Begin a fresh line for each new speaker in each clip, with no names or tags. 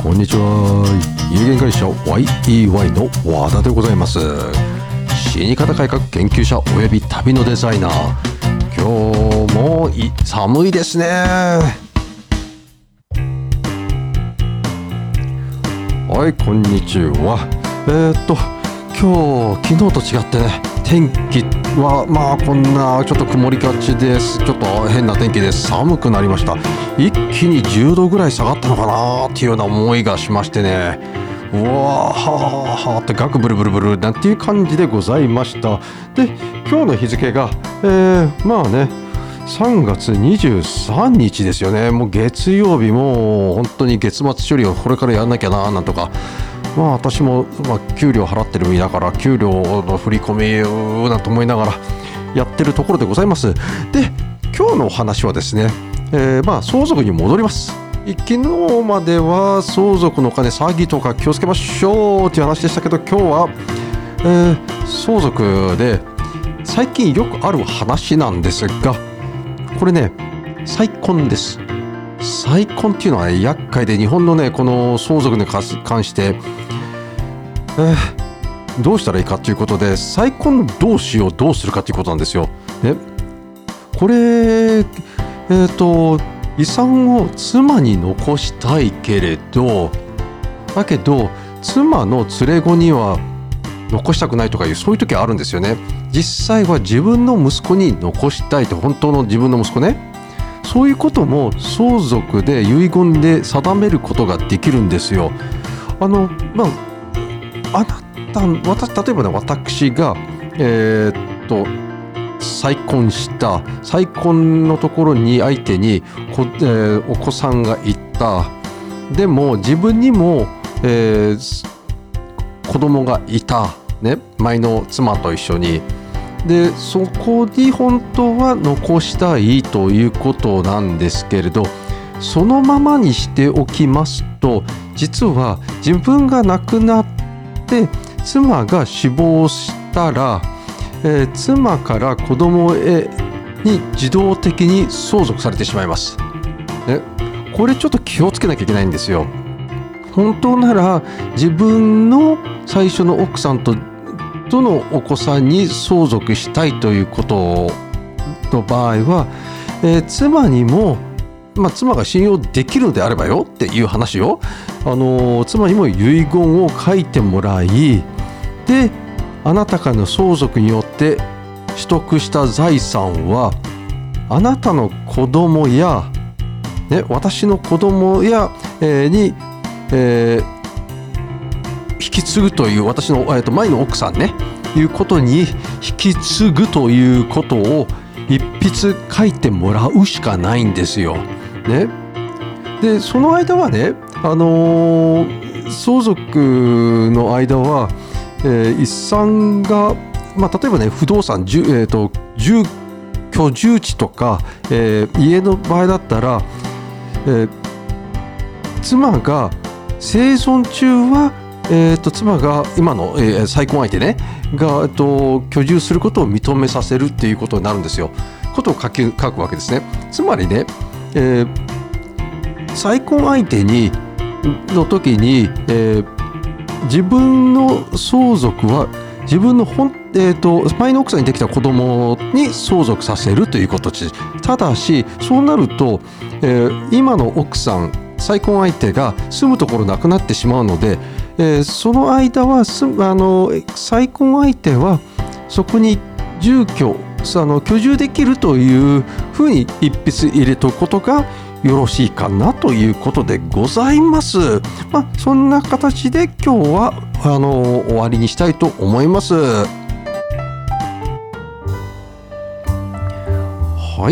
こんにちは。有限会社 YEY の和田でございます。死に方改革研究者および旅のデザイナー。今日も寒いですね。はい、こんにちは。今日昨日と違ってね、天気はこんなちょっと曇りがちです。ちょっと変な天気で寒くなりました。一気に10度ぐらい下がったのかなっていうような思いがしましてね、うわーはーはーってガクブルブルブルなんていう感じでございました。で、今日の日付が3月23日ですよね。もう月曜日、もう本当に月末処理をこれからやらなきゃななんとか、私も給料払ってる身だから給料の振り込みなんて思いながらやってるところでございます。で、今日のお話はですね、相続に戻ります。昨日までは相続のお金詐欺とか気をつけましょうっていう話でしたけど、今日は、相続で最近よくある話なんですが、これね、再婚です。再婚っていうのは、厄介で、日本のねこの相続に関して、どうしたらいいかということで、再婚どうしようどうするかということなんですよ。ね、これ遺産を妻に残したいけれど、だけど妻の連れ子には残したくないとかいう、そういう時はあるんですよね。実際は自分の息子に残したいと、本当の自分の息子ね、そういうことも相続で遺言で定めることができるんですよ。例えばね、私が再婚した、再婚のところに相手にお子さんがいた。でも自分にも、子供がいた、ね、前の妻と一緒に。で、そこに本当は残したいということなんですけれど、そのままにしておきますと、実は自分が亡くなって妻が死亡したら、妻から子供に自動的に相続されてしまいます、ね。これちょっと気をつけなきゃいけないんですよ。本当なら自分の最初の奥さんとのお子さんに相続したいということの場合は、妻にも、妻が信用できるのであればよっていう話を、妻にも遺言を書いてもらい、で、あなたからの相続によって取得した財産はあなたの子供や、ね、私の子供や、に、引き継ぐという、私の、前の奥さんね、いうことに引き継ぐということを一筆書いてもらうしかないんですよ。ね、で、その間はね、相続の間は、遺産が、例えばね、不動産、居住地とか、家の場合だったら、妻が生存中は、妻が今の、再婚相手ねが、居住することを認めさせるっていうことになるんですよ。ことを書くわけですね。つまりね、再婚相手の時に、自分の相続は自分の前の奥さんにできた子供に相続させるということです。ただし、そうなると、今の奥さん、再婚相手が住むところなくなってしまうので、その間は再婚相手はそこに居住できるというふうに一筆入れておくことがよろしいかなということでございます。そんな形で今日は終わりにしたいと思います。はい。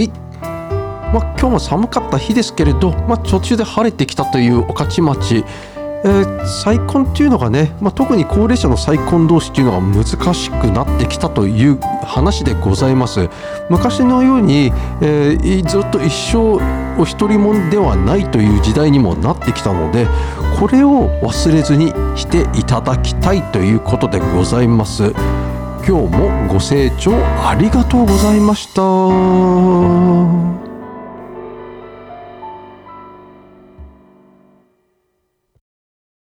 今日も寒かった日ですけれど、途中で晴れてきたという御徒町。再婚っていうのがね、特に高齢者の再婚同士っていうのが難しくなってきたという話でございます。昔のように、ずっと一生お一人もんではないという時代にもなってきたので、これを忘れずにしていただきたいということでございます。今日もご清聴ありがとうございました。